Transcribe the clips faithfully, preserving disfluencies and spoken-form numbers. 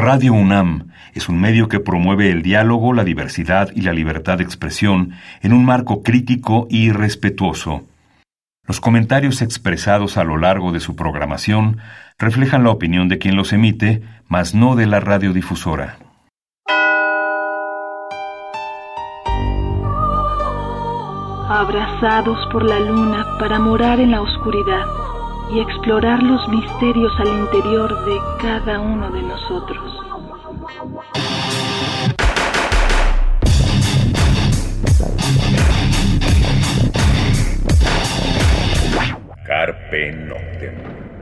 Radio UNAM es un medio que promueve el diálogo, la diversidad y la libertad de expresión en un marco crítico y respetuoso. Los comentarios expresados a lo largo de su programación reflejan la opinión de quien los emite, mas no de la radiodifusora. Abrazados por la luna para morar en la oscuridad y explorar los misterios al interior de cada uno de nosotros. Carpe Noctem.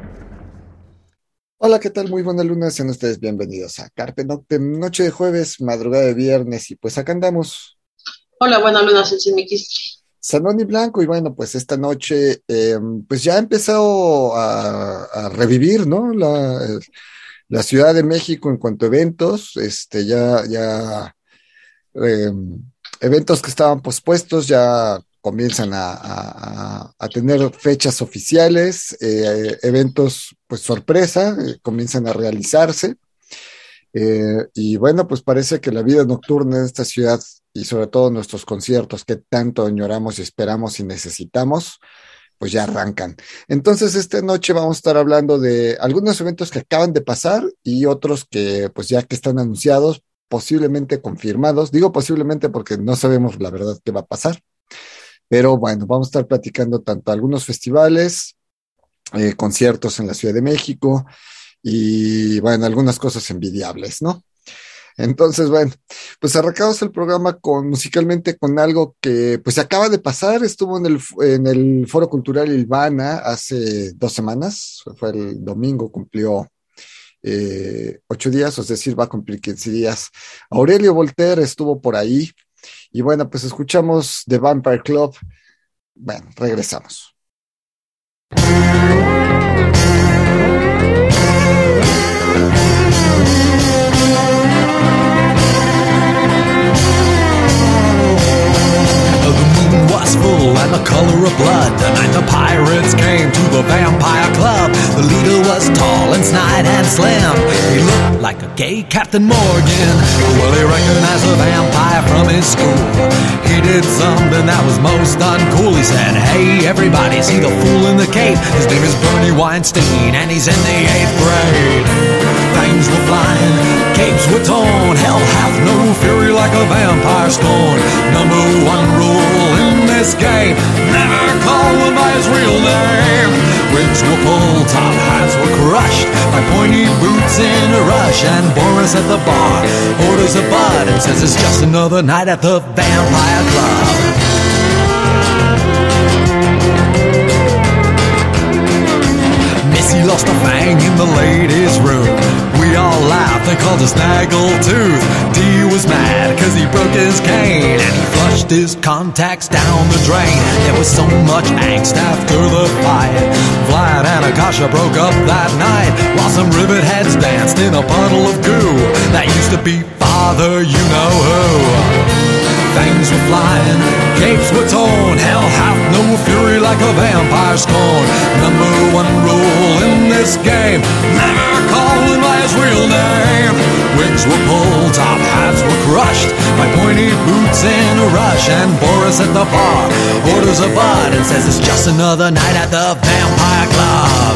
Hola, ¿qué tal? Muy buena luna, sean ustedes bienvenidos a Carpe Noctem, noche de jueves, madrugada de viernes, y pues acá andamos. Hola, buena luna, Sensimikis. Salón y Blanco, y bueno, pues esta noche, eh, pues ya ha empezado a, a revivir, ¿no? La, la Ciudad de México en cuanto a eventos, este, ya, ya, eh, eventos que estaban pospuestos ya comienzan a, a, a tener fechas oficiales, eh, eventos, pues sorpresa, eh, comienzan a realizarse. Eh, y bueno, pues parece que la vida nocturna en esta ciudad y sobre todo nuestros conciertos que tanto añoramos y esperamos y necesitamos, pues ya arrancan. Entonces esta noche vamos a estar hablando de algunos eventos que acaban de pasar y otros que pues ya que están anunciados, posiblemente confirmados. Digo posiblemente porque no sabemos la verdad qué va a pasar, pero bueno, vamos a estar platicando tanto algunos festivales, eh, conciertos en la Ciudad de México, y bueno, algunas cosas envidiables, ¿no? Entonces, bueno, pues arrancamos el programa con musicalmente con algo que pues acaba de pasar, estuvo en el, en el Foro Cultural Ilvana hace dos semanas, fue el domingo, cumplió eh, ocho días, es decir, va a cumplir quince días. Aurelio Voltaire estuvo por ahí, y bueno, pues escuchamos The Vampire Club. Bueno, regresamos. Was full and the color of blood. The night the pirates came to the vampire club. The leader was tall and snide and slim. He looked like a gay Captain Morgan. Well, he recognized a vampire from his school. He did something that was most uncool. He said, "Hey, everybody, see the fool in the cape? His name is Bernie Weinstein and he's in the eighth grade." Fangs were flying, capes were torn. Hell hath no fury like a vampire scorn. Number one rule in this game, never call him by his real name. Wigs were pulled, top hats were crushed by pointy boots in a rush. And Boris at the bar orders a bud and says it's just another night at the Vampire Club. Missy lost a fang in the ladies' room. We all laughed, they called us Snaggletooth. D was mad cause he broke his cane and he flushed his contacts down the drain. There was so much angst after the fight. Vlad and Akasha broke up that night while some rivet heads danced in a puddle of goo. That used to be Father You Know Who. Fangs were flying, capes were torn. Hell hath no fury like a vampire scorn. Number one rule in this game, never call him by his real name. Wigs were pulled, top hats were crushed by pointy boots in a rush. And Boris at the bar orders a bud and says it's just another night at the Vampire Club.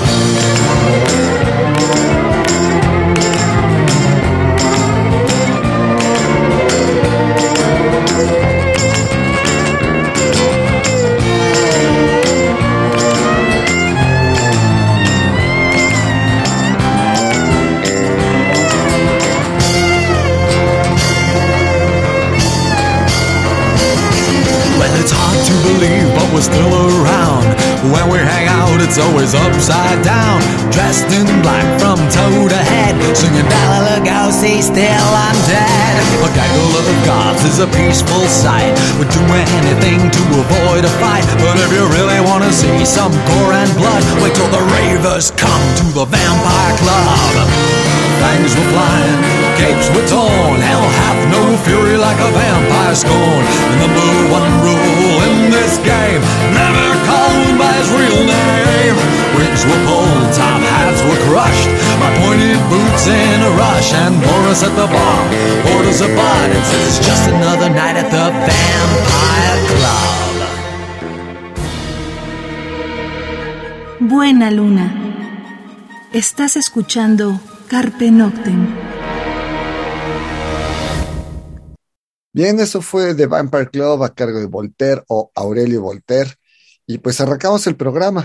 We're still around. When we hang out, it's always upside down. Dressed in black from toe to head, singing Bela Lugosi, still I'm dead. A gaggle of gods is a peaceful sight. We'd do anything to avoid a fight. But if you really want to see some gore and blood, wait till the ravers come to the Vampire Club. Fangs were flying, capes were torn. Hell hath no fury like a vampire scorn. The number one rule in this game, never call him by his real name. Wigs were pulled, top hats were crushed by pointed boots in a rush. And Boris chorus at the bar orders a bud and says it's just another night at the Vampire Club. Buena luna. Estás escuchando Carpe Noctem. Bien, eso fue The Vampire Club a cargo de Voltaire o Aurelio Voltaire. Y pues arrancamos el programa.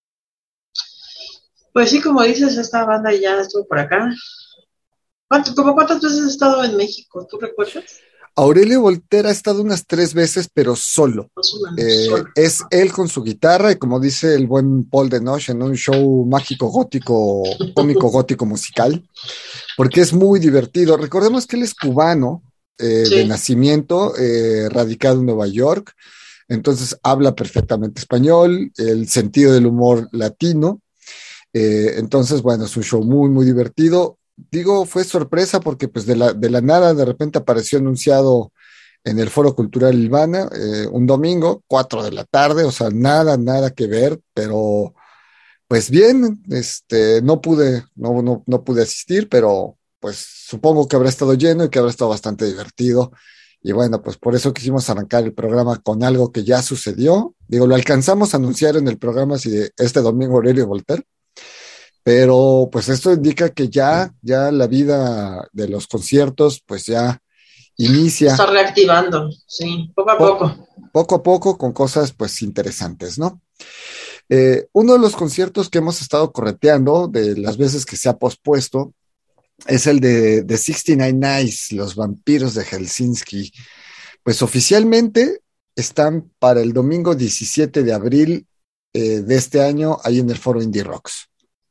Pues sí, como dices, esta banda ya estuvo por acá. ¿Cuánto, como cuántas veces has estado en México? ¿Tú recuerdas? Aurelio Voltaire ha estado unas tres veces, pero solo. Eh, solo. Es él con su guitarra y como dice el buen Paul Denoche en un show mágico gótico, cómico gótico musical, porque es muy divertido. Recordemos que él es cubano, eh, sí. de nacimiento, eh, radicado en Nueva York, entonces habla perfectamente español, el sentido del humor latino, eh, entonces bueno, es un show muy, muy divertido. Digo, fue sorpresa porque pues de la, de la nada de repente apareció anunciado en el Foro Cultural Ilvana, eh, un domingo, cuatro de la tarde, o sea, nada, nada que ver, pero pues bien, este, no pude, no, no, no pude asistir, pero pues supongo que habrá estado lleno y que habrá estado bastante divertido. Y bueno, pues por eso quisimos arrancar el programa con algo que ya sucedió. Digo, lo alcanzamos a anunciar en el programa si de este domingo Aurelio Voltaire, pero pues esto indica que ya, ya la vida de los conciertos pues ya inicia. Está reactivando, sí, poco a po- poco. Poco a poco con cosas pues interesantes, ¿no? Eh, uno de los conciertos que hemos estado correteando de las veces que se ha pospuesto es el de, de sesenta y nueve Nights, los vampiros de Helsinki. Pues oficialmente están para el domingo diecisiete de abril eh, de este año ahí en el Foro Indie Rocks.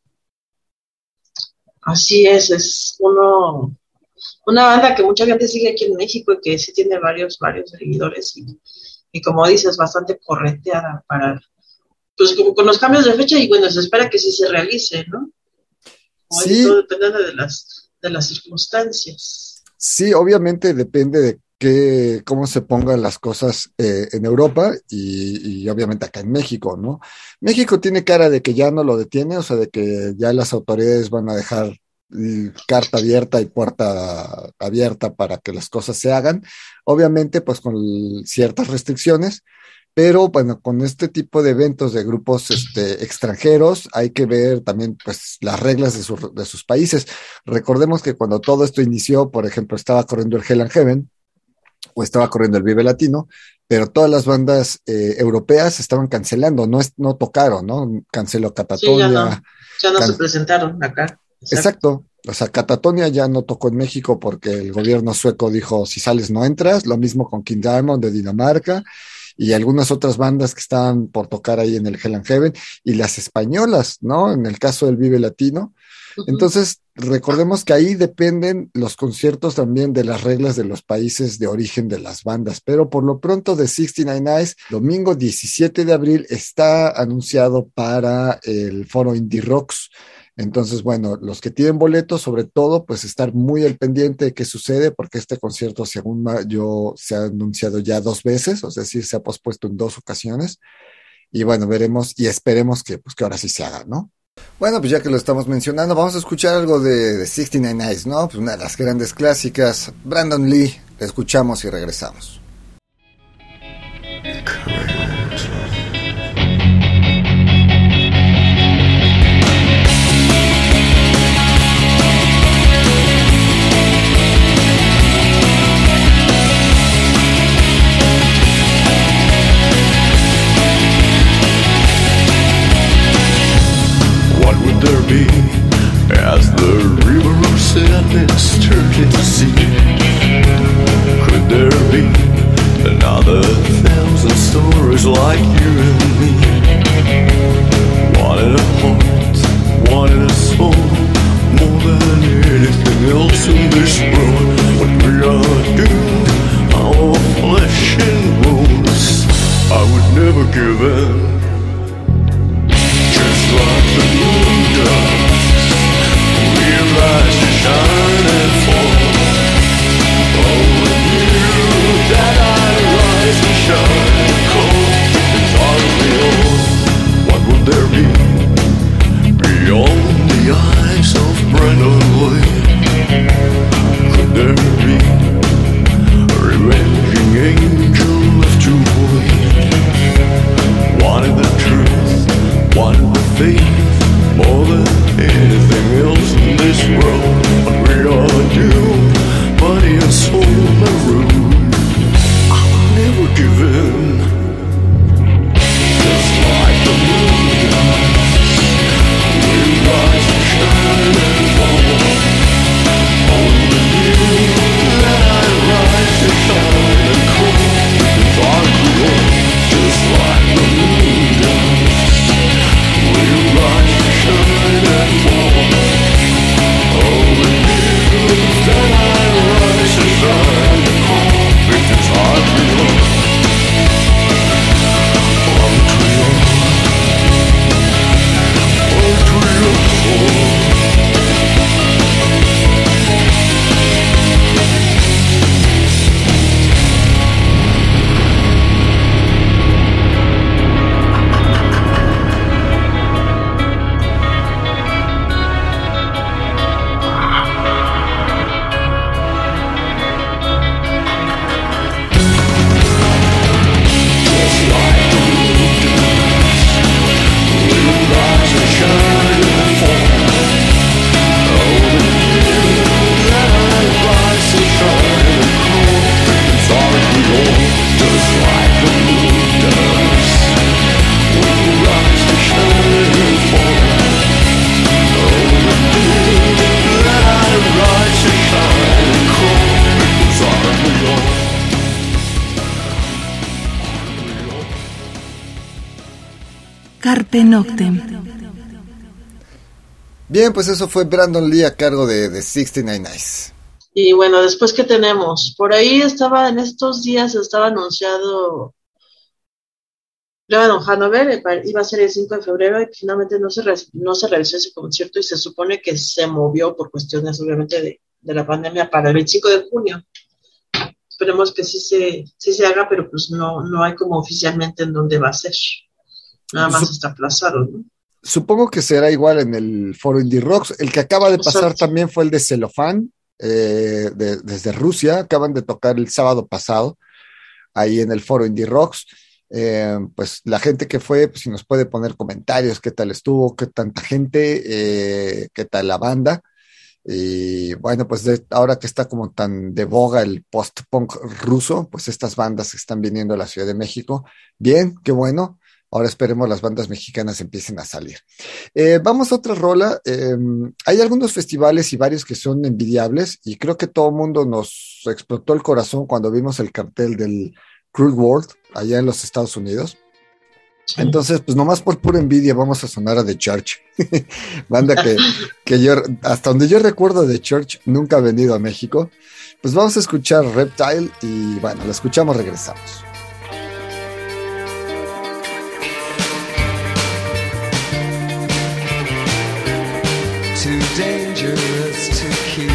Así es, es uno, una banda que mucha gente sigue aquí en México y que sí tiene varios, varios seguidores y, y como dices, bastante correteada para, pues como con los cambios de fecha y bueno, se espera que sí se realice, ¿no? Como Sí. todo depende de las, de las circunstancias. Sí, obviamente depende de qué, cómo se pongan las cosas eh, en Europa y, y obviamente acá en México, ¿no? México tiene cara de que ya no lo detiene, o sea, de que ya las autoridades van a dejar mm, carta abierta y puerta abierta para que las cosas se hagan, obviamente pues con l- ciertas restricciones, pero bueno, con este tipo de eventos de grupos este, extranjeros hay que ver también pues las reglas de, su- de sus países. Recordemos que cuando todo esto inició, por ejemplo, estaba corriendo el Hell and Heaven o estaba corriendo el Vive Latino, pero todas las bandas eh, europeas estaban cancelando, no, es- no tocaron, ¿no? Canceló Sí, ya Catatonia. no, ya no can- se presentaron acá. Exacto. Exacto. O sea, Catatonia ya no tocó en México porque el gobierno sueco dijo, si sales no entras, lo mismo con King Diamond de Dinamarca y algunas otras bandas que estaban por tocar ahí en el Hell and Heaven y las españolas, ¿no? En el caso del Vive Latino. Ujú. Entonces, recordemos que ahí dependen los conciertos también de las reglas de los países de origen de las bandas, pero por lo pronto de sesenta y nueve Nights, domingo diecisiete de abril, está anunciado para el Foro Indie Rocks. Entonces, bueno, los que tienen boletos, sobre todo, pues estar muy al pendiente de qué sucede, porque este concierto, según ma- yo, se ha anunciado ya dos veces, es decir, se ha pospuesto en dos ocasiones, y bueno, veremos y esperemos que, pues, que ahora sí se haga, ¿no? Bueno, pues ya que lo estamos mencionando, vamos a escuchar algo de, de sesenta y nueve Nights, ¿no? Pues una de las grandes clásicas, Brandon Lee, la escuchamos y regresamos. What would there be as the river of sadness turned into sea? Could there be another thousand stories like you and me? One in a heart, one in a soul, more than anything else in this world. But we are doomed, our flesh and bones. I would never give in. Just like the moon does, we rise to shine and fall. Oh, we knew that I'd rise and shine, cold and entirely old. What would there be beyond the eye Carpe Noctem. Bien, pues eso fue Brandon Lee a cargo de, de sesenta y nueve Nights. Y bueno, después, ¿qué tenemos? Por ahí estaba, en estos días estaba anunciado Lebanon Hanover, iba a ser el cinco de febrero y finalmente no se, re, no se realizó ese concierto y se supone que se movió por cuestiones obviamente de, de la pandemia para el veinticinco de junio. Esperemos que sí se, sí se haga, pero pues no, no hay como oficialmente en dónde va a ser. Nada más Sup- está aplazado, ¿no? Supongo que será igual en el Foro Indie Rocks. El que acaba de pasar Exacto. también fue el de Celofán, eh, de, desde Rusia. Acaban de tocar el sábado pasado, ahí en el Foro Indie Rocks. Eh, pues la gente que fue, pues si nos puede poner comentarios, qué tal estuvo, qué tanta gente, eh, qué tal la banda. Y bueno, pues de, ahora que está como tan de boga el post-punk ruso, pues estas bandas están viniendo a la Ciudad de México. Bien, qué bueno. Ahora esperemos las bandas mexicanas empiecen a salir. Eh, vamos a otra rola. Eh, hay algunos festivales y varios que son envidiables y creo que todo el mundo nos explotó el corazón cuando vimos el cartel del Cruel World allá en los Estados Unidos. Sí. Entonces, pues nomás por pura envidia vamos a sonar a The Church. Banda que, que yo, hasta donde yo recuerdo, The Church nunca ha venido a México. Pues vamos a escuchar Reptile y bueno, la escuchamos, regresamos. Too dangerous to keep,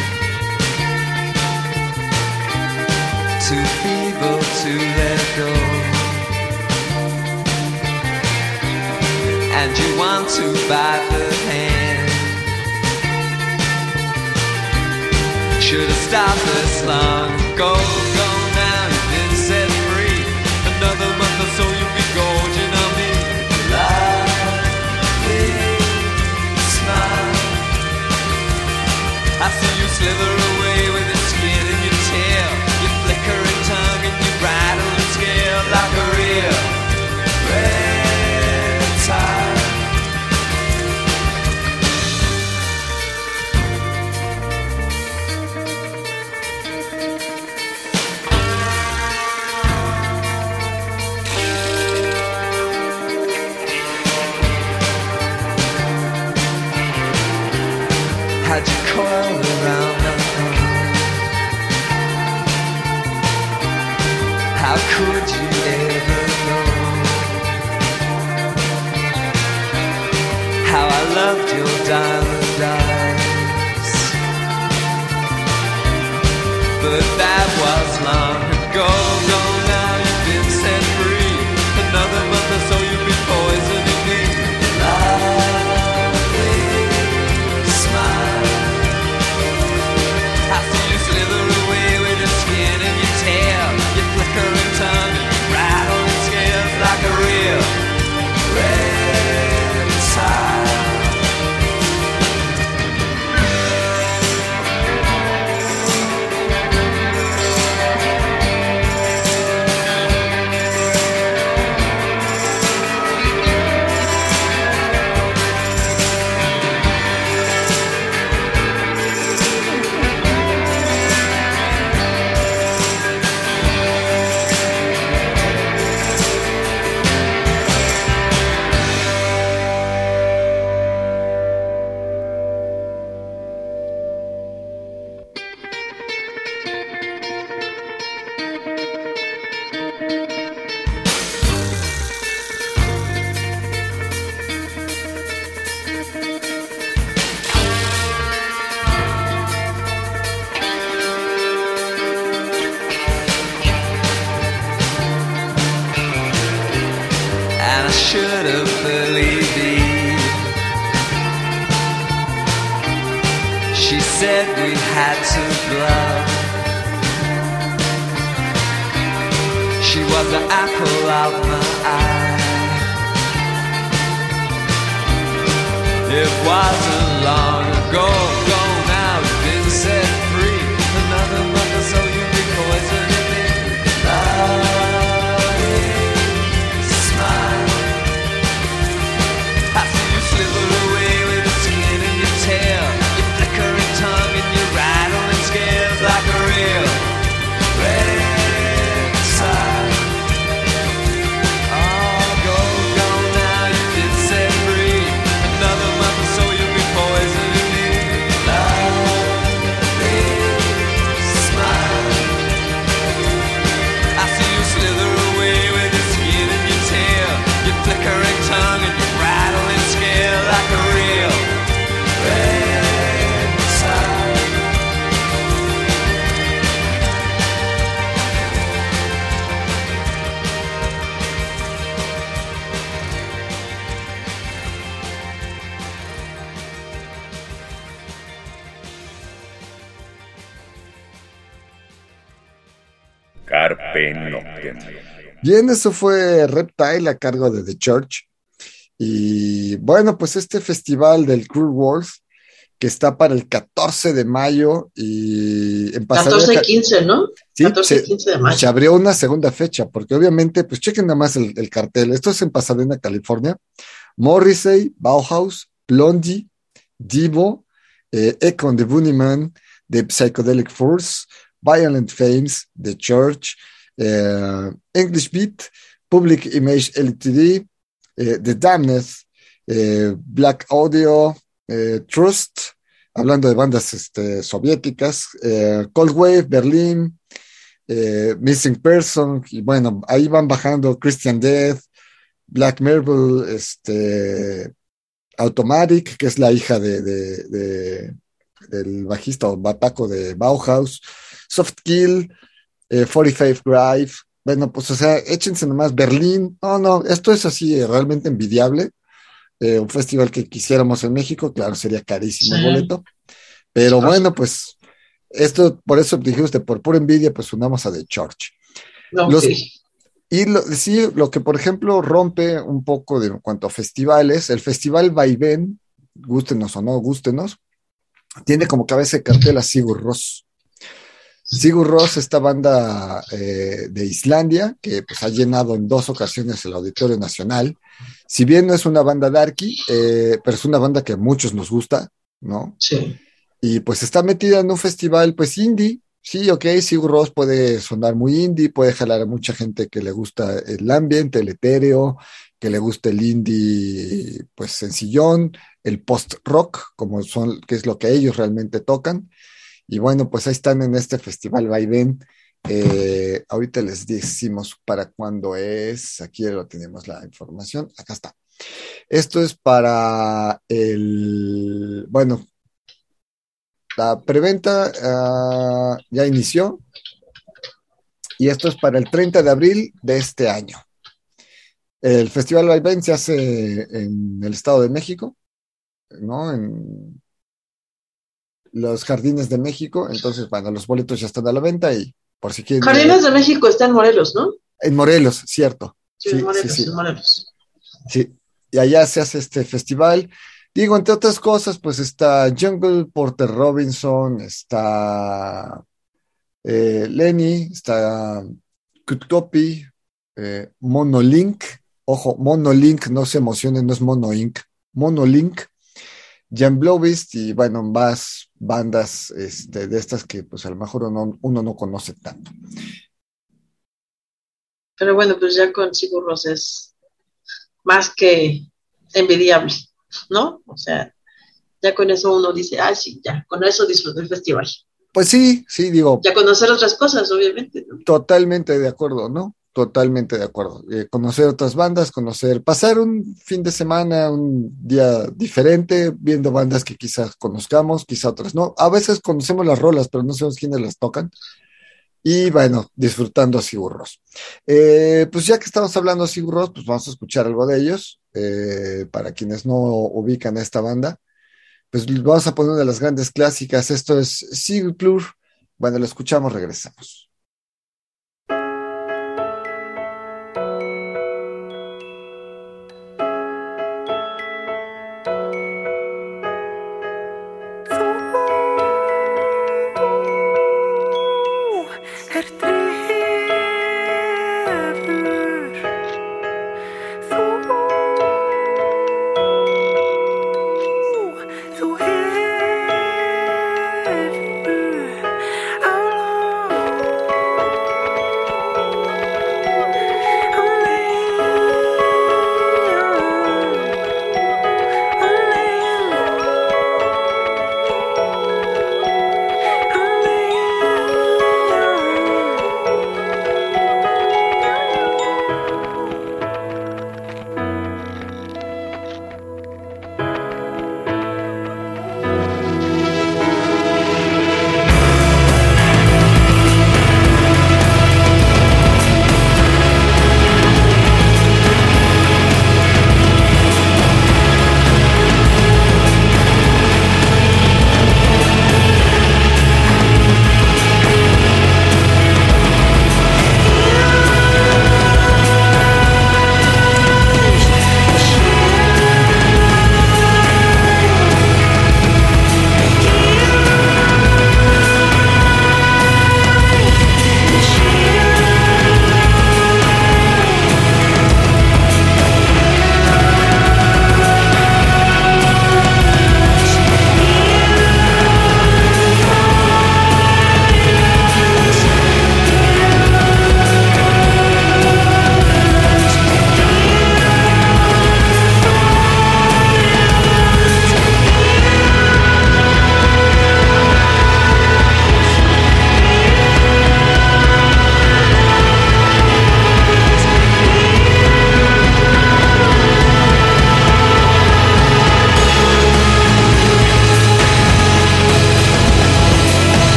too feeble to let go, and you want to bite the hand. Should have stopped this long ago. Go now, you've been set free. Another month or so you'll be gorging on me. I see you slither away with your skin and your tail, your flickering tongue and your rattling scale like a real reptile. Had you coiled around my arm? How could you ever know how I loved your diamond eyes? But that was long ago. Go now, you've been set free. Another month or so you'll be poisoning me. Flickering tongue and rattling scales like a real reptile. Oh, go, go now, you Carpe Noctem. Bien, eso fue Reptile a cargo de The Church. Y bueno, pues este festival del Cruel Wars, que está para el catorce de mayo y en Pasadena. catorce y quince, ¿no? Sí, catorce y se, quince de mayo. se abrió una segunda fecha, porque obviamente, pues chequen nada más el, el cartel. Esto es en Pasadena, California. Morrissey, Bauhaus, Blondie, Divo, eh, Econ the Bunnyman, The Psychedelic Force, Violent Femmes, The Church, eh, English Beat, Public Image L T D, eh, The Damned, eh, Black Audio, eh, Trust, hablando de bandas este, soviéticas, eh, Cold Wave, Berlín, eh, Missing Person, y bueno, ahí van bajando Christian Death, Black Marble, este, Automatic, que es la hija de, de, de, del bajista o bataco de Bauhaus, Soft Kill, eh, cuarenta y cinco Drive, bueno, pues o sea, échense nomás Berlín, no, no, esto es así eh, realmente envidiable, eh, un festival que quisiéramos en México, claro, sería carísimo el Sí. boleto, pero Sí. bueno, pues esto, por eso dijiste, por pura envidia, pues unamos a The Church. Ok. Los, y lo, sí, lo que por ejemplo rompe un poco de en cuanto a festivales, el festival Vaivén, gústenos o no, gústenos, tiene como cabeza de cartel a Sigur Rós. Sigur Rós, esta banda eh, de Islandia, que pues ha llenado en dos ocasiones el Auditorio Nacional. Si bien no es una banda darky, eh, pero es una banda que a muchos nos gusta, ¿no? Sí. Y pues está metida en un festival pues indie. Sí, ok, Sigur Rós puede sonar muy indie, puede jalar a mucha gente que le gusta el ambiente, el etéreo, que le gusta el indie pues sencillón, el post-rock, como son, que es lo que ellos realmente tocan. Y bueno, pues ahí están en este festival Vaivén. Eh, ahorita les decimos para cuándo es. Aquí ya lo tenemos la información. Acá está. Esto es para el, bueno, la preventa uh, ya inició y esto es para el treinta de abril de este año. El Festival Vaivén se hace en el Estado de México, ¿no? En los Jardines de México. Entonces, bueno, los boletos ya están a la venta y por si quieren. Jardines de México está en Morelos, ¿no? En Morelos, cierto. Sí, Sí, en Morelos, sí, sí. en Morelos. Sí, y allá se hace este festival. Digo, entre otras cosas, pues está Jungle, Porter Robinson, está eh, Lenny, está Kutkopi, eh, Monolink, ojo, Monolink, no se emocionen, no es Mono Inc, Monolink, Jan Blowist y bueno, más bandas este, de estas que pues a lo mejor uno, uno no conoce tanto. Pero bueno, pues ya con Sigur Rós es más que envidiable, ¿no? O sea, ya con eso uno dice, ah, sí, ya, con eso disfruto el festival. Pues sí, sí, digo. Ya conocer otras cosas, obviamente, ¿no? Totalmente de acuerdo, ¿no? Totalmente de acuerdo. Eh, conocer otras bandas, conocer, pasar un fin de semana, un día diferente, viendo bandas que quizás conozcamos, quizás otras no. A veces conocemos las rolas, pero no sabemos quiénes las tocan. Y bueno, disfrutando a Sigur Rós. Eh, pues ya que estamos hablando de Sigur Rós, pues vamos a escuchar algo de ellos. Eh, para quienes no ubican a esta banda, pues vamos a poner una de las grandes clásicas. Esto es Sigurplur. Bueno, lo escuchamos, regresamos. Þú hefur á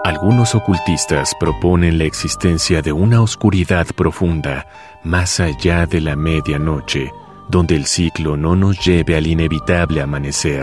Algunos ocultistas proponen la existencia de una oscuridad profunda más allá de la medianoche, donde el ciclo no nos lleve al inevitable amanecer.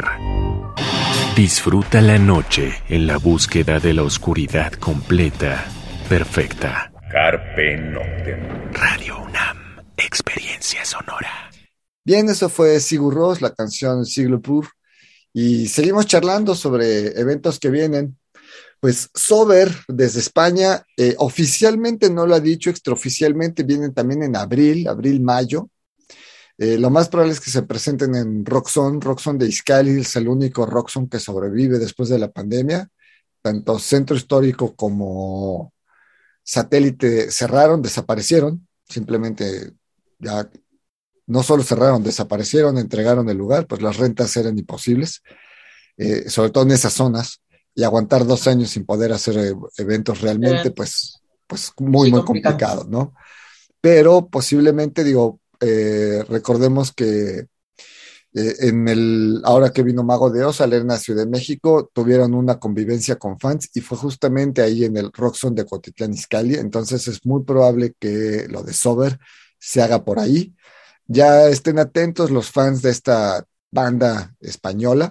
Disfruta la noche en la búsqueda de la oscuridad completa, perfecta. Carpe Noctem. Radio UNAM, experiencia sonora. Bien, eso fue Sigur Rós, la canción Siglo Pur, y seguimos charlando sobre eventos que vienen. Pues Sober, desde España, eh, oficialmente no lo ha dicho, extraoficialmente vienen también en abril, abril-mayo. Eh, lo más probable es que se presenten en Roxxon, Roxxon de Izcalli, es el único Roxxon que sobrevive después de la pandemia. Tanto Centro Histórico como Satélite cerraron, desaparecieron, simplemente ya no solo cerraron, desaparecieron, entregaron el lugar, pues las rentas eran imposibles, eh, sobre todo en esas zonas, y aguantar dos años sin poder hacer eh, eventos realmente, pues, pues muy, sí, muy complicado, complicado, ¿no? Pero posiblemente, digo, eh, recordemos que eh, en el, ahora que vino Mago de Oz al Arena Ciudad de México, tuvieron una convivencia con fans y fue justamente ahí en el Roxxon de Cuautitlán Izcalli, entonces es muy probable que lo de Sober se haga por ahí. Ya estén atentos los fans de esta banda española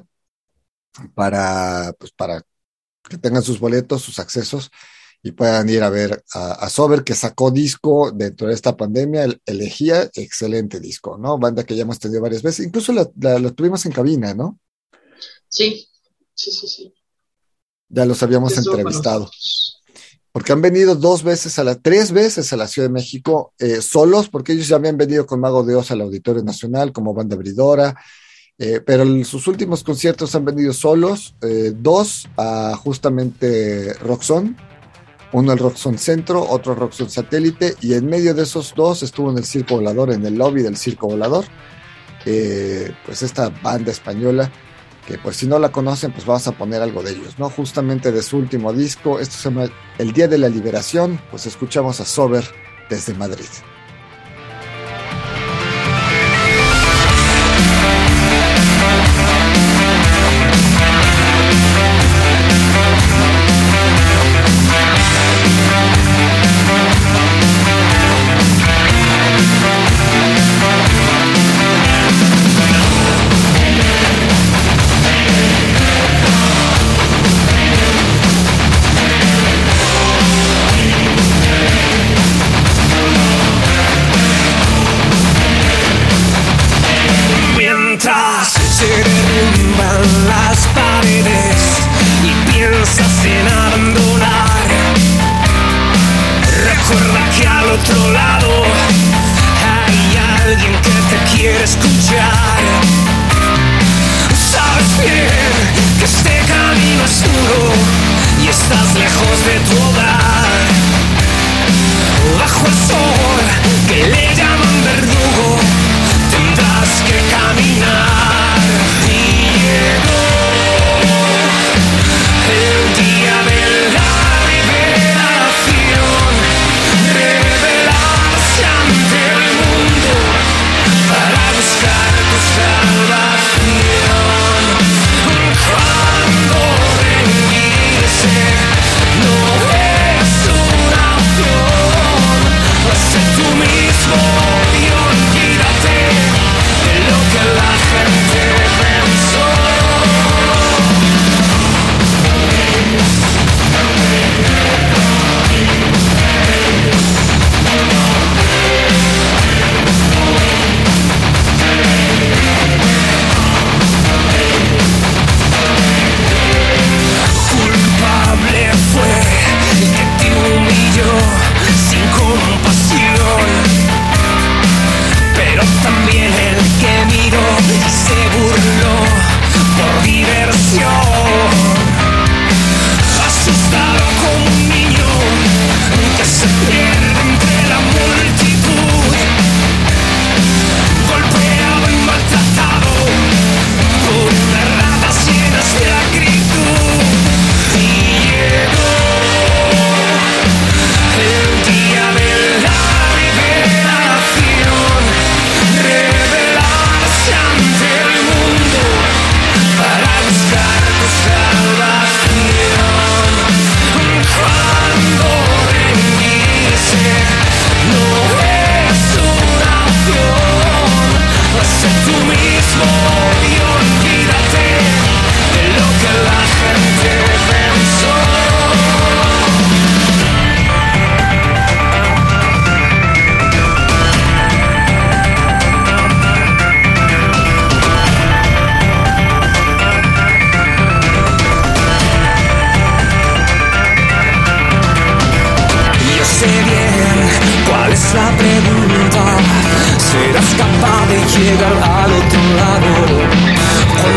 para, pues para que tengan sus boletos, sus accesos y puedan ir a ver a, a Sober, que sacó disco dentro de esta pandemia, el Elegía, excelente disco, ¿no? Banda que ya hemos tenido varias veces, incluso la, la, la tuvimos en cabina, ¿no? Sí, sí, sí, sí. Ya los habíamos Eso entrevistado. Porque han venido dos veces a la, tres veces a la Ciudad de México, eh, solos, porque ellos ya habían venido con Mago de Oz al Auditorio Nacional como banda abridora, eh, pero en sus últimos conciertos han venido solos, eh, dos a justamente Roxxon, uno al Roxxon Centro, otro al Roxxon Satélite, y en medio de esos dos estuvo en el Circo Volador, en el lobby del Circo Volador, eh, pues esta banda española, que pues si no la conocen, pues vamos a poner algo de ellos, ¿no? Justamente de su último disco, esto se llama El Día de la Liberación, pues escuchamos a Sober desde Madrid. Se derrumban las paredes y piensas en abandonar. Recuerda que al otro lado hay alguien que te quiere escuchar. Sabes bien que este camino es duro y estás lejos de tu hogar. Bajo el sol que le llaman verdugo, tendrás que caminar. Y llegó el día de la liberación, revelarse ante el mundo para buscar tu salvación. Cuando rendirse no es una opción, sé tú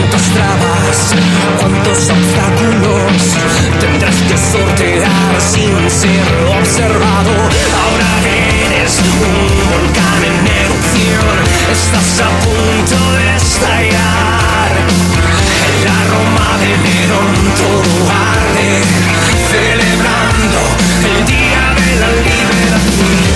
cuántas trabas, cuántos obstáculos tendrás que sortear sin ser observado. Ahora eres un volcán en erupción, estás a punto de estallar. En la Roma de Nerón todo arde, celebrando el día de la liberación.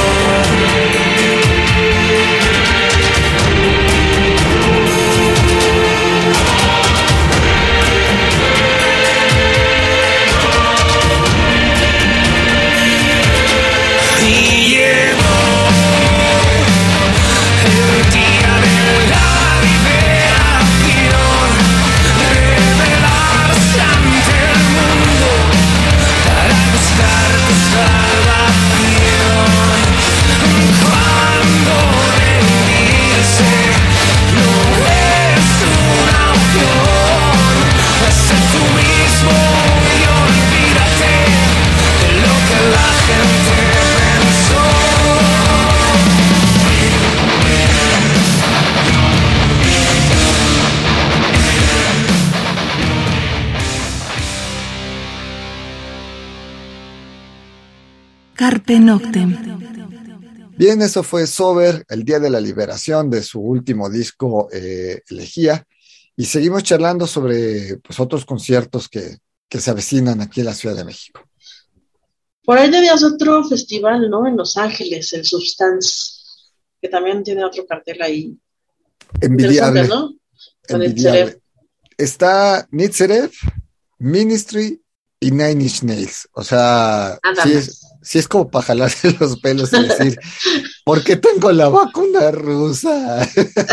Carpe Noctem. Bien, eso fue Sober, el Día de la Liberación, de su último disco, eh, Elegía, y seguimos charlando sobre pues, otros conciertos que, que se avecinan aquí en la Ciudad de México. Por ahí tenías otro festival, ¿no? En Los Ángeles, el Substance, que también tiene otro cartel ahí. Envidiable, ¿no? envidiable. Está Nitzerev, Ministry y Nine Inch Nails. O sea, sí es, sí es como para jalarse los pelos y decir, ¿por qué tengo la vacuna rusa?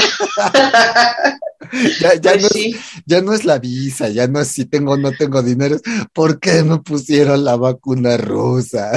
ya, ya, pues no sí. es, ya no es la visa, ya no es si tengo o no tengo dinero, ¿por qué me pusieron la vacuna rusa?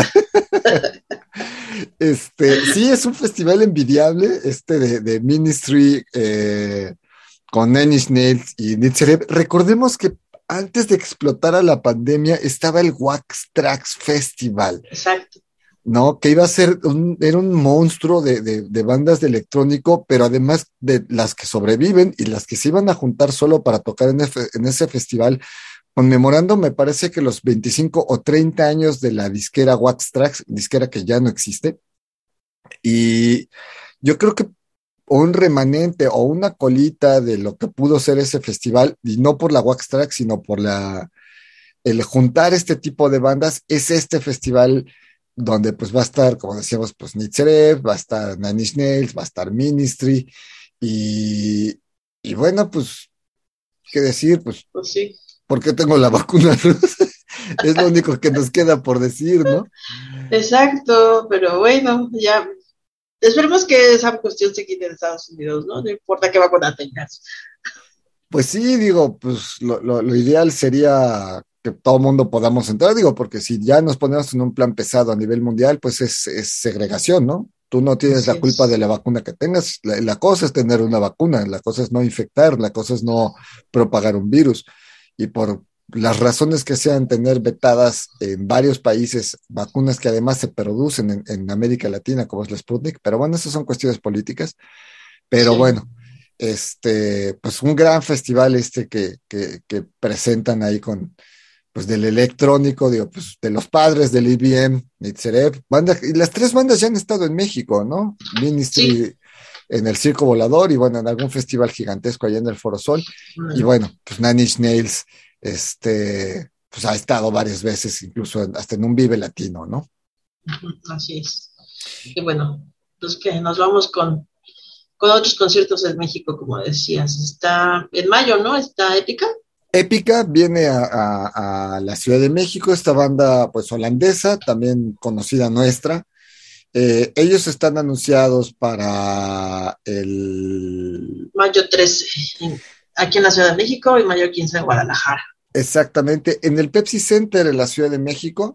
Este, sí, es un festival envidiable, este de, de Ministry, eh, con Nine Inch Nails y Nitzerev. Recordemos que antes de que explotara la pandemia estaba el Wax Trax Festival. Exacto. ¿No? Que iba a ser un, era un monstruo de, de, de bandas de electrónico, pero además de las que sobreviven y las que se iban a juntar solo para tocar en, efe, en ese festival, conmemorando, me parece que los veinticinco o treinta años de la disquera Wax Trax, disquera que ya no existe. Y yo creo que un remanente o una colita de lo que pudo ser ese festival, y no por la Wax Trax, sino por la el juntar este tipo de bandas, es este festival donde pues va a estar, como decíamos, pues Nitzerev, va a estar Nine Inch Nails, va a estar Ministry, y, y bueno, pues, ¿qué decir? Pues, pues sí. ¿Por qué tengo la vacuna rusa? Es lo único que nos queda por decir, ¿no? Exacto, pero bueno, ya esperemos que esa cuestión se quite en Estados Unidos, ¿no? No importa qué vacuna tengas. Pues sí, digo, pues lo, lo, lo ideal sería que todo el mundo podamos entrar, digo, porque si ya nos ponemos en un plan pesado a nivel mundial, pues es, es segregación, ¿no? Tú no tienes Así la culpa es. de la vacuna que tengas, la, la cosa es tener una vacuna, la cosa es no infectar, la cosa es no propagar un virus, y por las razones que sean, tener vetadas en varios países vacunas que además se producen en, en América Latina, como es la Sputnik, pero bueno, esas son cuestiones políticas, pero sí. bueno, este, pues un gran festival este que, que, que presentan ahí con, pues del electrónico, digo, pues de los padres del I B M, Nitzerev, banda, y las tres bandas ya han estado en México, ¿no? Ministry sí. en el Circo Volador, y bueno, en algún festival gigantesco allá en el Foro Sol, mm. y bueno, pues Nine Inch Nails, este, pues ha estado varias veces, incluso hasta en un Vive Latino, ¿no? Así es. Y bueno, pues que nos vamos con, con otros conciertos en México, como decías. Está en mayo, ¿no? Está Épica. Épica viene a, a, a la Ciudad de México, esta banda pues holandesa, también conocida nuestra. Eh, ellos están anunciados para el... mayo trece, aquí en la Ciudad de México, y mayo quince en Guadalajara. Exactamente, en el Pepsi Center en la Ciudad de México,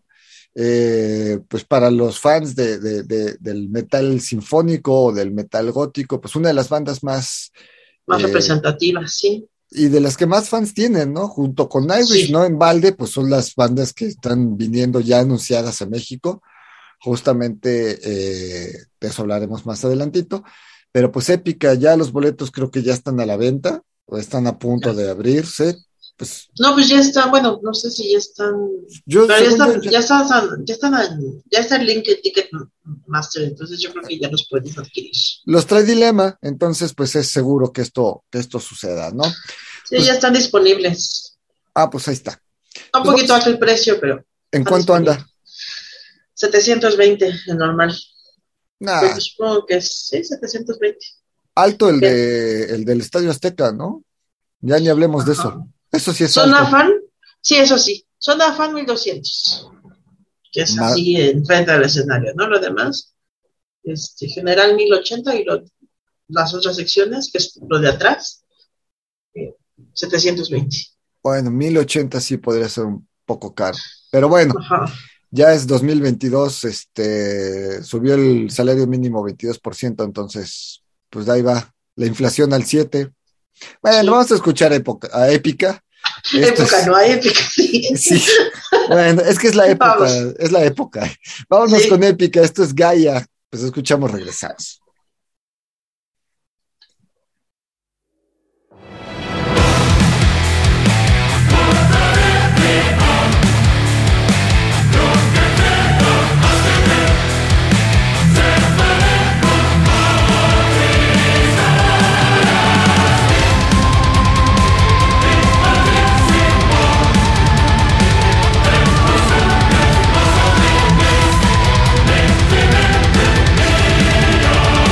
eh, pues para los fans de, de, de, del metal sinfónico o del metal gótico, pues una de las bandas más... Más eh, representativas, sí. Y de las que más fans tienen, ¿no? Junto con Nightwish, sí. ¿no? En balde, pues son las bandas que están viniendo ya anunciadas a México. Justamente eh, de eso hablaremos más adelantito. Pero pues Épica, ya los boletos creo que ya están a la venta. o están a punto de abrirse. Pues No, pues ya está, bueno, no sé si ya están, yo, pero ya según están, yo, ya están, ya están, en- ya está el link en Ticketmaster, entonces yo creo que ya los puedes adquirir. los trae Dilema, entonces pues es seguro que esto, que esto suceda, ¿no? Sí, Pues, ya están disponibles. ah, pues ahí está. Está un Pues poquito vamos, alto el precio, pero ¿en están cuánto anda? disponibles. setecientos veinte en normal. Nah, Pero supongo que es, sí, setecientos veinte. alto el Bien. de el del Estadio Azteca, ¿no? Ya ni hablemos de Ajá. eso. Eso sí es Zona alto. Fan, sí, eso sí. Zona Fan mil doscientos, que es Ma- así en frente al escenario, ¿no? Lo demás, este, general mil ochenta y lo, las otras secciones, que es lo de atrás, eh, setecientos veinte. Bueno, mil ochenta sí podría ser un poco caro. Pero bueno, Ajá. ya es dos mil veintidós, este, subió el salario mínimo veintidós por ciento, entonces, pues de ahí va, la inflación al siete. Bueno, Sí. vamos a escuchar época, a Épica. Esto Época, es- no hay épica, sí. Sí, bueno, es que es la época, Vamos. es la época. Vámonos Sí. con Épica, esto es Gaia, pues escuchamos regresados. Thank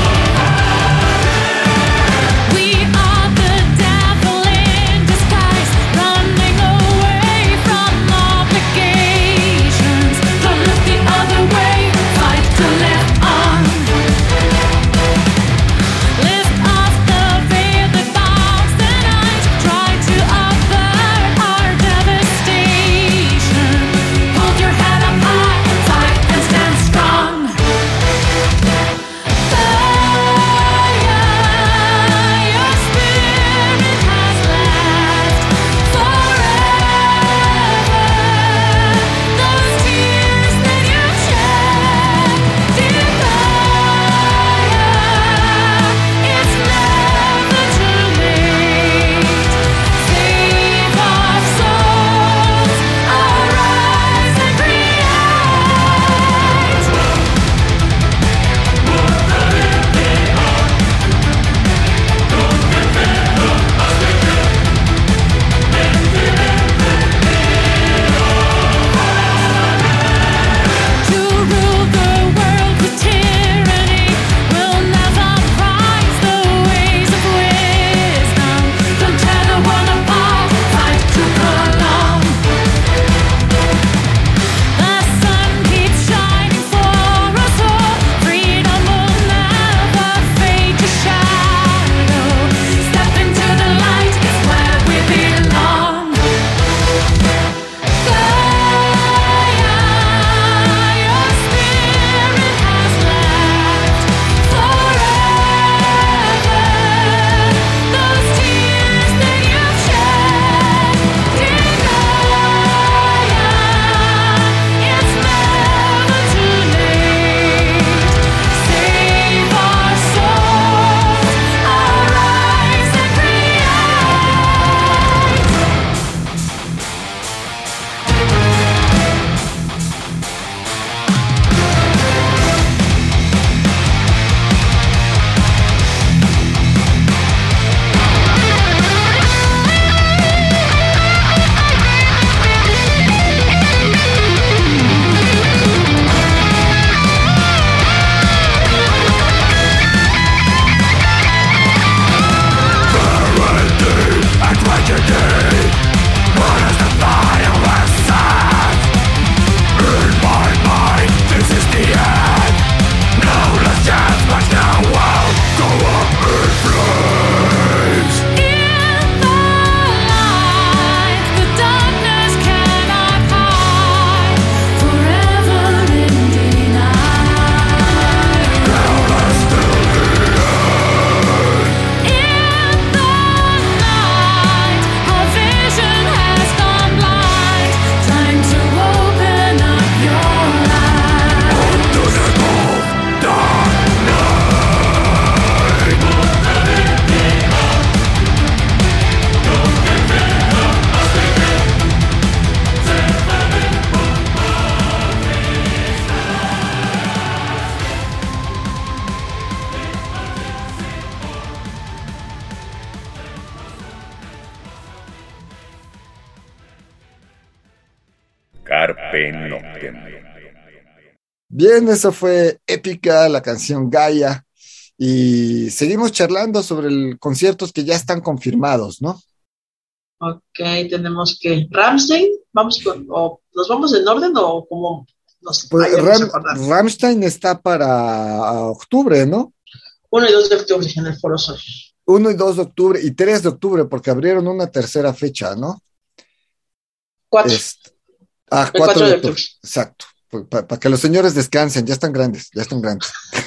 Carpe Noctem. Bien, eso fue épica, la canción Gaia. Y seguimos charlando sobre el, conciertos que ya están confirmados, ¿no? Ok, tenemos que Rammstein, vamos con, o nos vamos en orden o como nos Pues vayamos Ram, a acordar. Rammstein está para octubre, ¿no? uno y dos de octubre en el Foro Sol. uno y dos de octubre y tres de octubre, porque abrieron una tercera fecha, ¿no? cuatro. Este, ah, El cuatro cuatro de de octubre. octubre. Exacto. Para pa que los señores descansen, ya están grandes, ya están grandes.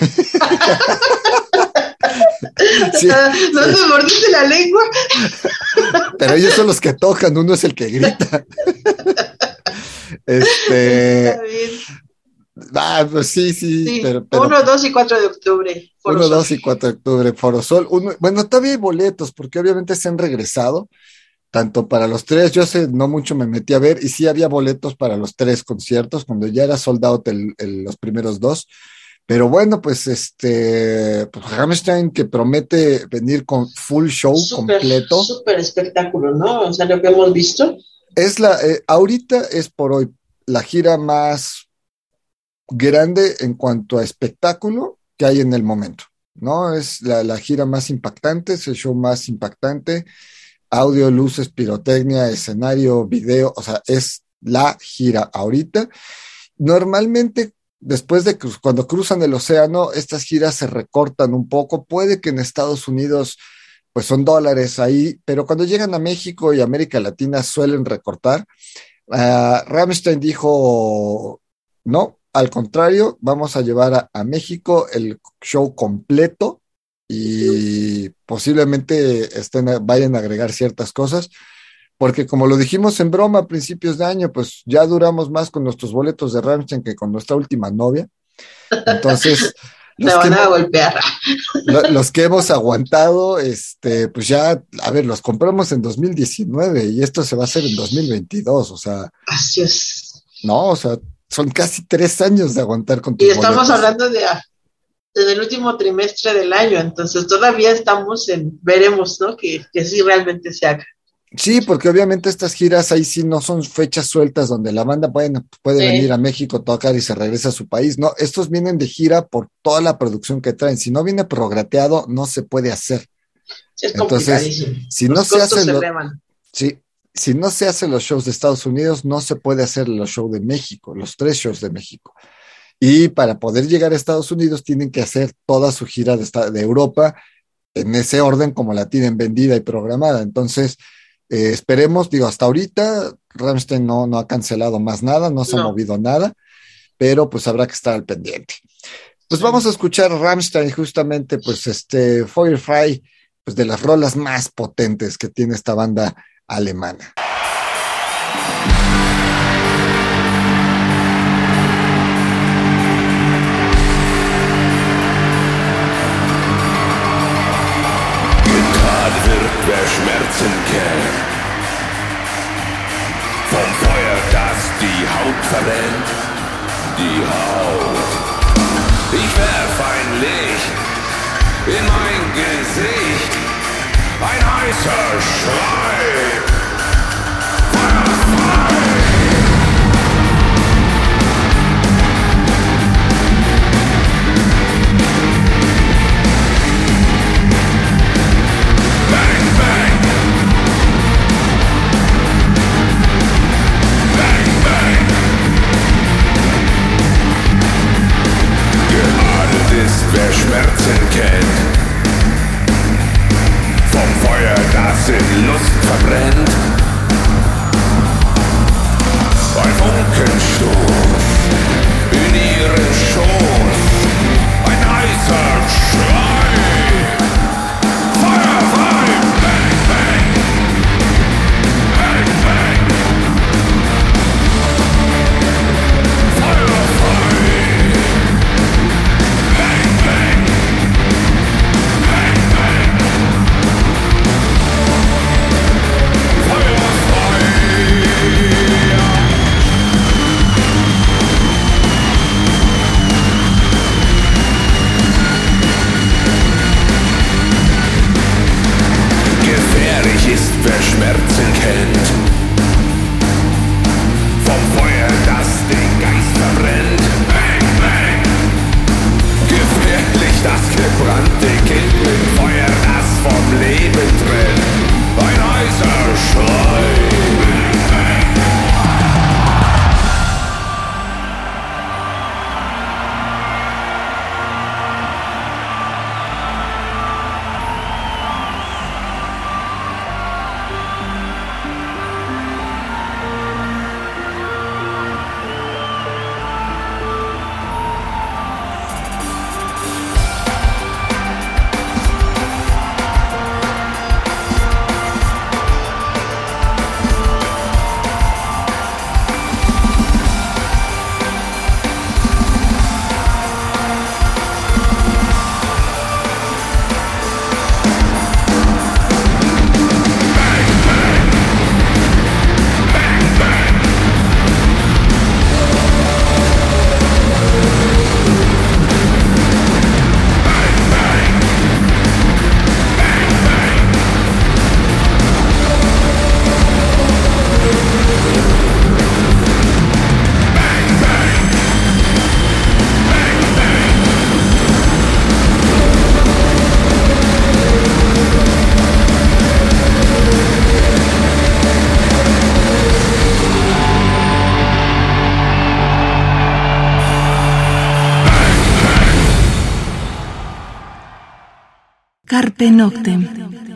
Sí, Ah, ¿no sí. te mordiste la lengua? Pero ellos son los que tocan, uno es el que grita. Este, Está bien. ah, pues sí, sí, Sí, pero, pero uno, dos y cuatro de octubre. Foro uno, Sol. dos y cuatro de octubre, Foro Sol. Uno, bueno, todavía hay boletos, porque obviamente se han regresado, tanto para los tres, yo hace no mucho me metí a ver, y sí había boletos para los tres conciertos, cuando ya era sold out el, el, los primeros dos. Pero bueno, pues este, pues Rammstein, que promete venir con full show Súper, completo. súper espectáculo, ¿no? O sea, lo que hemos visto. Es la, eh, ahorita es por hoy la gira más grande en cuanto a espectáculo que hay en el momento, ¿no? Es la, la gira más impactante, es el show más impactante, audio, luces, pirotecnia, escenario, video, o sea, es la gira ahorita. Normalmente, después de cru- cuando cruzan el océano, estas giras se recortan un poco, puede que en Estados Unidos pues son dólares ahí, pero cuando llegan a México y América Latina suelen recortar. Uh, Rammstein dijo, no, al contrario, vamos a llevar a, a México el show completo y posiblemente estén, vayan a agregar ciertas cosas, porque como lo dijimos en broma a principios de año, pues ya duramos más con nuestros boletos de Rammstein que con nuestra última novia. Entonces, Te los que, van a golpear. lo- los que hemos aguantado, este, pues ya, a ver, los compramos en dos mil diecinueve y esto se va a hacer en dos mil veintidós, o sea, Así es. no, o sea, son casi tres años de aguantar con tus Y estamos boletos. hablando de, ah, de el último trimestre del año, entonces todavía estamos en, veremos, ¿no? Que, que sí realmente se haga. Sí, porque obviamente estas giras ahí sí no son fechas sueltas donde la banda puede, puede Sí. venir a México, tocar y se regresa a su país. No, estos vienen de gira por toda la producción que traen. Si no viene prograteado, no se puede hacer. Sí, es Entonces, complicadísimo. si Los no se costos hacen se lo- elevan. Sí, si no se hacen los shows de Estados Unidos, no se puede hacer los shows de México, los tres shows de México. Y para poder llegar a Estados Unidos tienen que hacer toda su gira de, esta- de Europa en ese orden como la tienen vendida y programada. Entonces, eh, esperemos, digo, hasta ahorita Rammstein no, no ha cancelado más nada, no se ha No. movido nada, pero pues habrá que estar al pendiente. Pues vamos a escuchar Rammstein, justamente, pues este Feuerfrei, pues de las rolas más potentes que tiene esta banda alemana. Getan wird, wer Schmerzen kennt. Vom Feuer, das die Haut verbrennt. Die Haut. Ich werf ein Licht in mein Gesicht. Ein heißer Schrei. Feuerfrei. Bang, bang. Bang, bang. Geadet ist, wer Schmerzen kennt. Vom Feuer, das in Lust verbrennt. Carpe Noctem.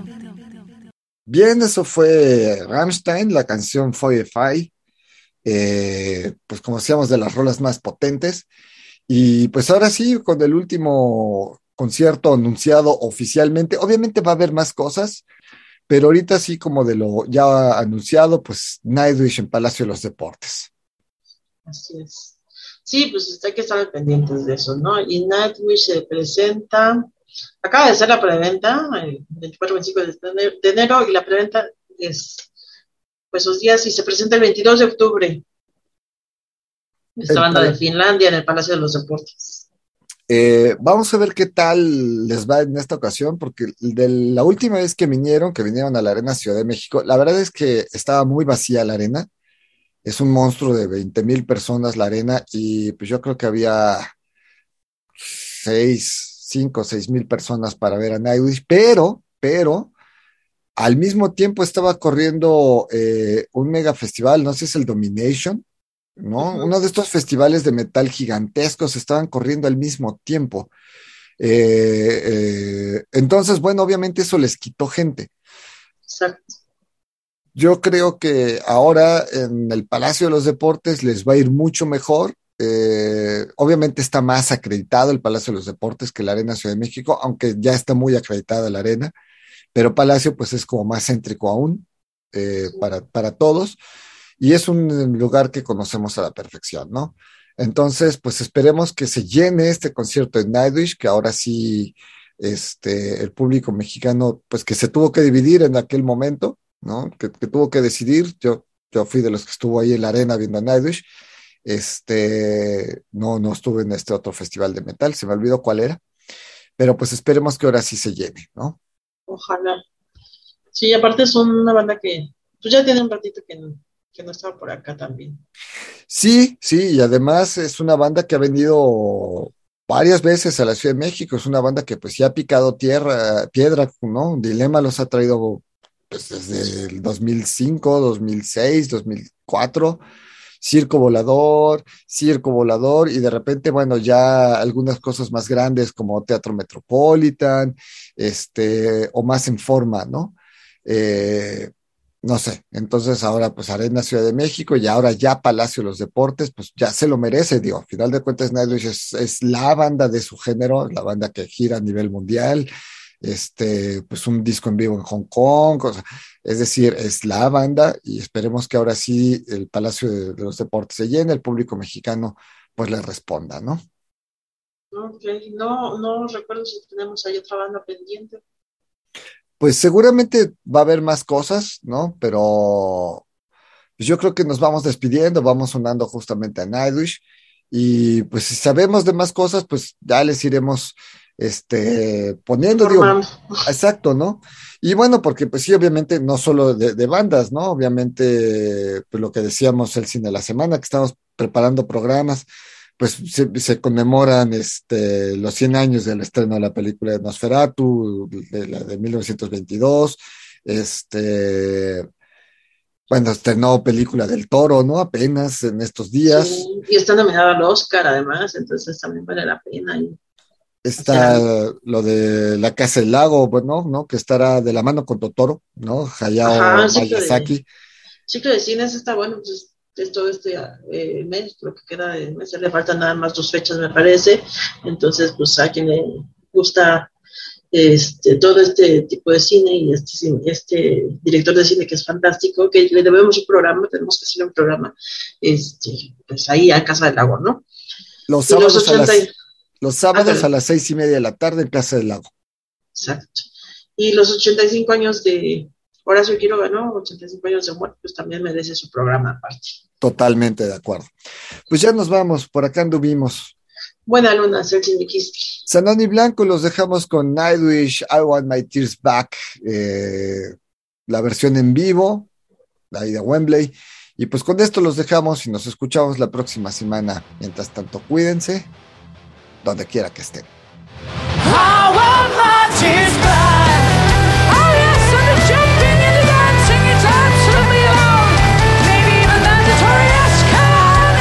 Bien, eso fue Rammstein, la canción Feuerfrei, eh, pues como decíamos, de las rolas más potentes. Y pues ahora sí, con el último concierto anunciado oficialmente, obviamente va a haber más cosas, pero ahorita sí, como de lo ya anunciado, pues Nightwish en Palacio de los Deportes. Así es. Sí, pues hay que estar pendientes de eso, ¿no? Y Nightwish se presenta, acaba de ser la preventa, el veinticuatro veinticinco de enero, y la preventa es, pues, los días, y se presenta el veintidós de octubre. Esta El banda pal- de Finlandia en el Palacio de los Deportes. Eh, vamos a ver qué tal les va en esta ocasión, porque de la última vez que vinieron, que vinieron a la Arena Ciudad de México, la verdad es que estaba muy vacía la arena. Es un monstruo de veinte mil personas la arena, y pues yo creo que había seis, cinco, seis mil personas para ver a Nightwish, pero, pero al mismo tiempo estaba corriendo eh, un mega festival, no sé si es el Domination, ¿no? Ujú. Uno de estos festivales de metal gigantescos estaban corriendo al mismo tiempo. Eh, eh, entonces, bueno, obviamente eso les quitó gente. Exacto. Yo creo que ahora en el Palacio de los Deportes les va a ir mucho mejor. Eh, obviamente está más acreditado el Palacio de los Deportes que la Arena Ciudad de México, aunque ya está muy acreditada la arena, pero Palacio pues es como más céntrico aún eh, para, para todos, y es un lugar que conocemos a la perfección, ¿no? Entonces, pues esperemos que se llene este concierto de Nightwish, que ahora sí este, el público mexicano, pues que se tuvo que dividir en aquel momento, ¿no? Que, que tuvo que decidir. Yo, yo fui de los que estuvo ahí en la arena viendo a Nightwish. Este, no, no estuve en este otro festival de metal, se me olvidó cuál era, pero pues esperemos que ahora sí se llene, ¿no? Ojalá. Sí, aparte es una banda que, pues ya tiene un ratito que no, que no estaba por acá también. Sí, sí, y además es una banda que ha venido varias veces a la Ciudad de México, es una banda que pues ya ha picado tierra, piedra, ¿no? Dilema los ha traído pues desde el dos mil cinco, dos mil seis, dos mil cuatro, Circo Volador, Circo Volador, y de repente, bueno, ya algunas cosas más grandes como Teatro Metropolitan, este, o más en forma, ¿no? Eh, no sé, entonces ahora pues Arena Ciudad de México, y ahora ya Palacio de los Deportes, pues ya se lo merece, digo, al final de cuentas Nightwish es, es la banda de su género, la banda que gira a nivel mundial, este, pues un disco en vivo en Hong Kong, o sea, es decir, es la banda, y esperemos que ahora sí el Palacio de, de los Deportes se llene, el público mexicano pues le responda, ¿no? Ok, no, no recuerdo si tenemos ahí otra banda pendiente. Pues seguramente va a haber más cosas, ¿no? Pero pues yo creo que nos vamos despidiendo, vamos sonando justamente a Nightwish, y pues si sabemos de más cosas, pues ya les iremos este, poniendo, digo, Informando. exacto, ¿no? Y bueno, porque pues sí, obviamente no solo de, de bandas, ¿no? Obviamente, pues lo que decíamos el cine de la semana, que estamos preparando programas, pues se, se conmemoran este, los cien años del estreno de la película de Nosferatu, de la de mil novecientos veintidós, este, bueno, estrenó película del Toro, ¿no? Apenas en estos días. Sí, y está nominada al Oscar además, entonces también vale la pena. Y Está hacer- lo de La Casa del Lago, bueno, ¿no? Que estará de la mano con Totoro, ¿no? Ajá, Hayao el ciclo de, Miyazaki. ciclo de cines está bueno, pues es todo este eh, mes, lo que queda de mes, le faltan nada más dos fechas, me parece. Entonces, pues a quien le gusta este, todo este tipo de cine y este, cine- este director de cine que es fantástico, que le debemos un programa, tenemos que hacer un programa, este, pues ahí a Casa del Lago, ¿no? Los Y los sábados a ochenta las, y- los ah, sábados a perdón, las seis y media de la tarde en Casa del Lago. exacto. Y los ochenta y cinco años de Horacio Quiroga, ¿no? ochenta y cinco años de muerte, pues también merece su programa aparte. Totalmente de acuerdo. Pues ya nos vamos, por acá anduvimos. Buena luna, Sergi Mikiski. Sanón y Blanco los dejamos con Nightwish, I Want My Tears Back, eh, la versión en vivo, ahí de Wembley. Y pues con esto los dejamos y nos escuchamos la próxima semana. Mientras tanto, cuídense, donde quiera que estén. I want my tears back. Oh yes, and the jumping and the dancing, it's absolutely allowed. Maybe even mandatory, yes, come on.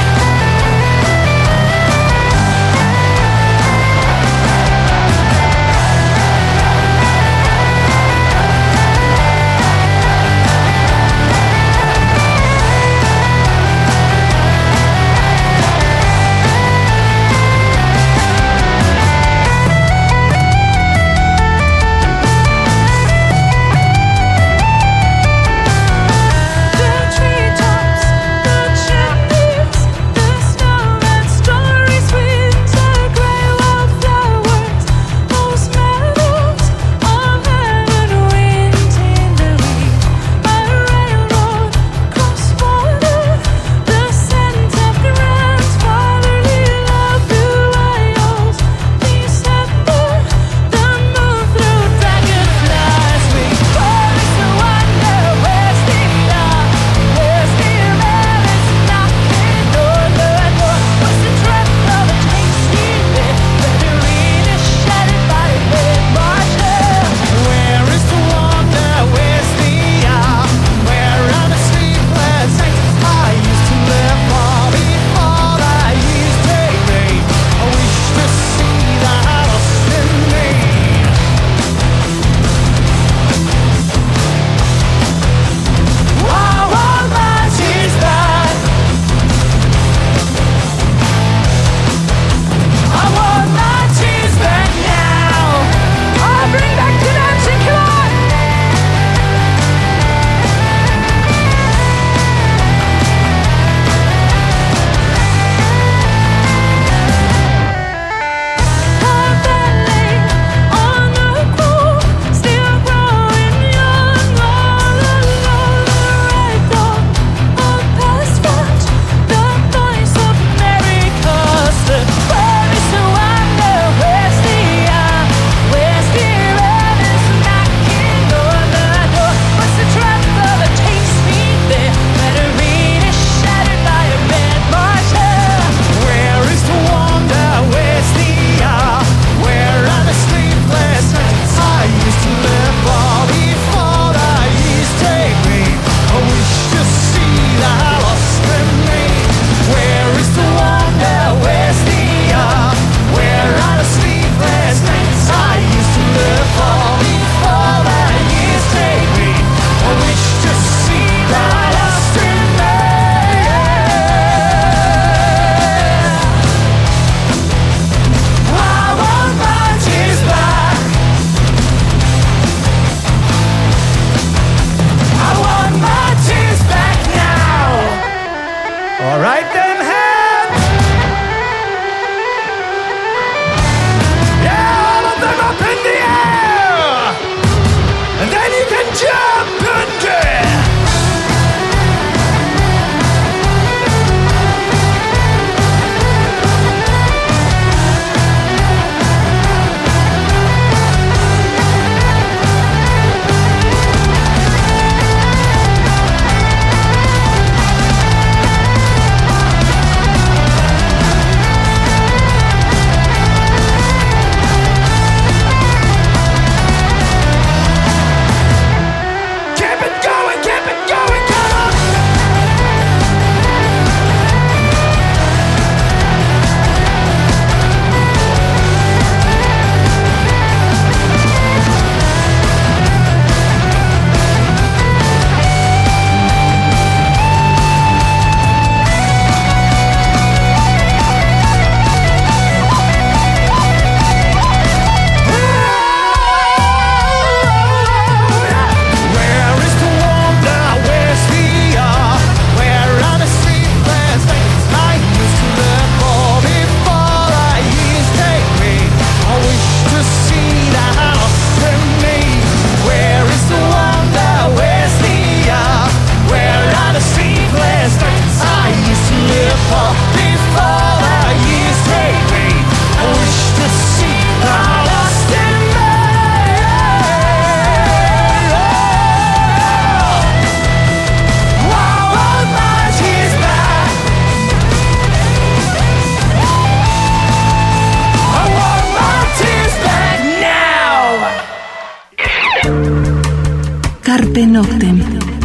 Carpe Noctem.